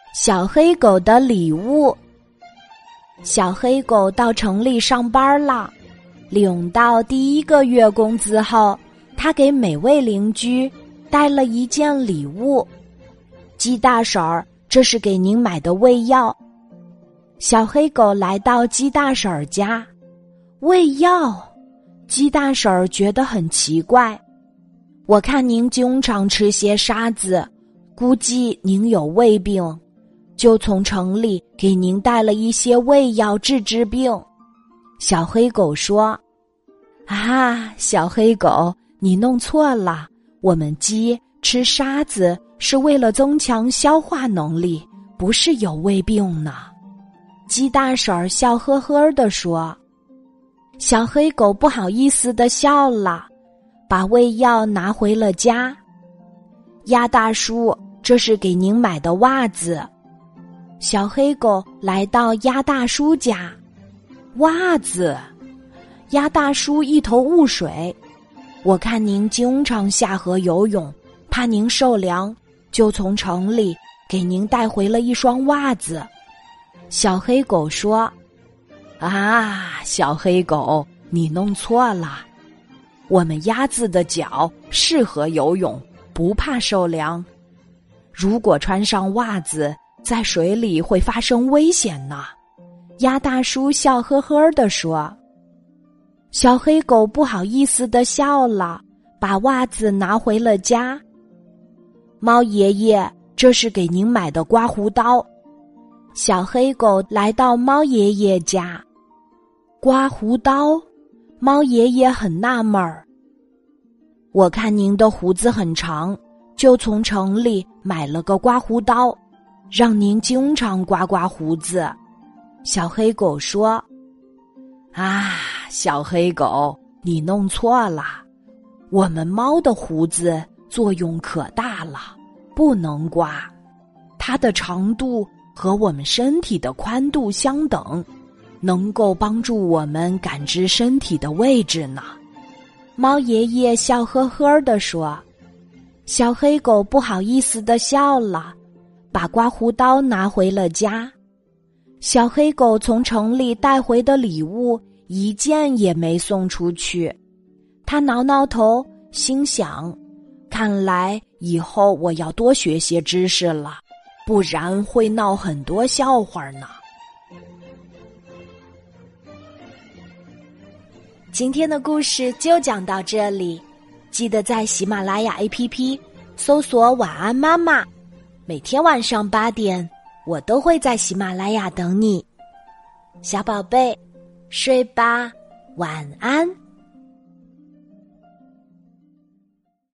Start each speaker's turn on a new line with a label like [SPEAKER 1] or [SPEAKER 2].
[SPEAKER 1] 小黑狗的礼物。小黑狗到城里上班了，领到第1个月工资后，他给每位邻居带了一件礼物。鸡大婶儿，这是给您买的胃药。小黑狗来到鸡大婶儿家，胃药。鸡大婶儿觉得很奇怪，我看您经常吃些沙子，估计您有胃病，就从城里给您带了一些胃药治病。小黑狗说：啊，小黑狗，你弄错了，我们鸡吃沙子是为了增强消化能力，不是有胃病呢。鸡大婶儿笑呵呵地说。小黑狗不好意思地笑了，把胃药拿回了家。鸭大叔，这是给您买的袜子。小黑狗来到鸭大叔家，袜子。鸭大叔一头雾水，我看您经常下河游泳，怕您受凉，就从城里给您带回了一双袜子。小黑狗说：啊，小黑狗，你弄错了，我们鸭子的脚适合游泳，不怕受凉。如果穿上袜子，在水里会发生危险呢。鸭大叔笑呵呵地说。小黑狗不好意思地笑了，把袜子拿回了家。猫爷爷，这是给您买的刮胡刀。小黑狗来到猫爷爷家，刮胡刀。猫爷爷很纳闷儿，我看您的胡子很长，就从城里买了个刮胡刀，让您经常刮刮胡子。小黑狗说：啊，小黑狗，你弄错了，我们猫的胡子作用可大了，不能刮，它的长度和我们身体的宽度相等，能够帮助我们感知身体的位置呢。猫爷爷笑呵呵地说。小黑狗不好意思地笑了，把刮胡刀拿回了家。小黑狗从城里带回的礼物一件也没送出去，他挠挠头，心想：看来以后我要多学些知识了，不然会闹很多笑话呢。今天的故事就讲到这里，记得在喜马拉雅 APP 搜索晚安妈妈，每天晚上8点，我都会在喜马拉雅等你。小宝贝，睡吧，晚安。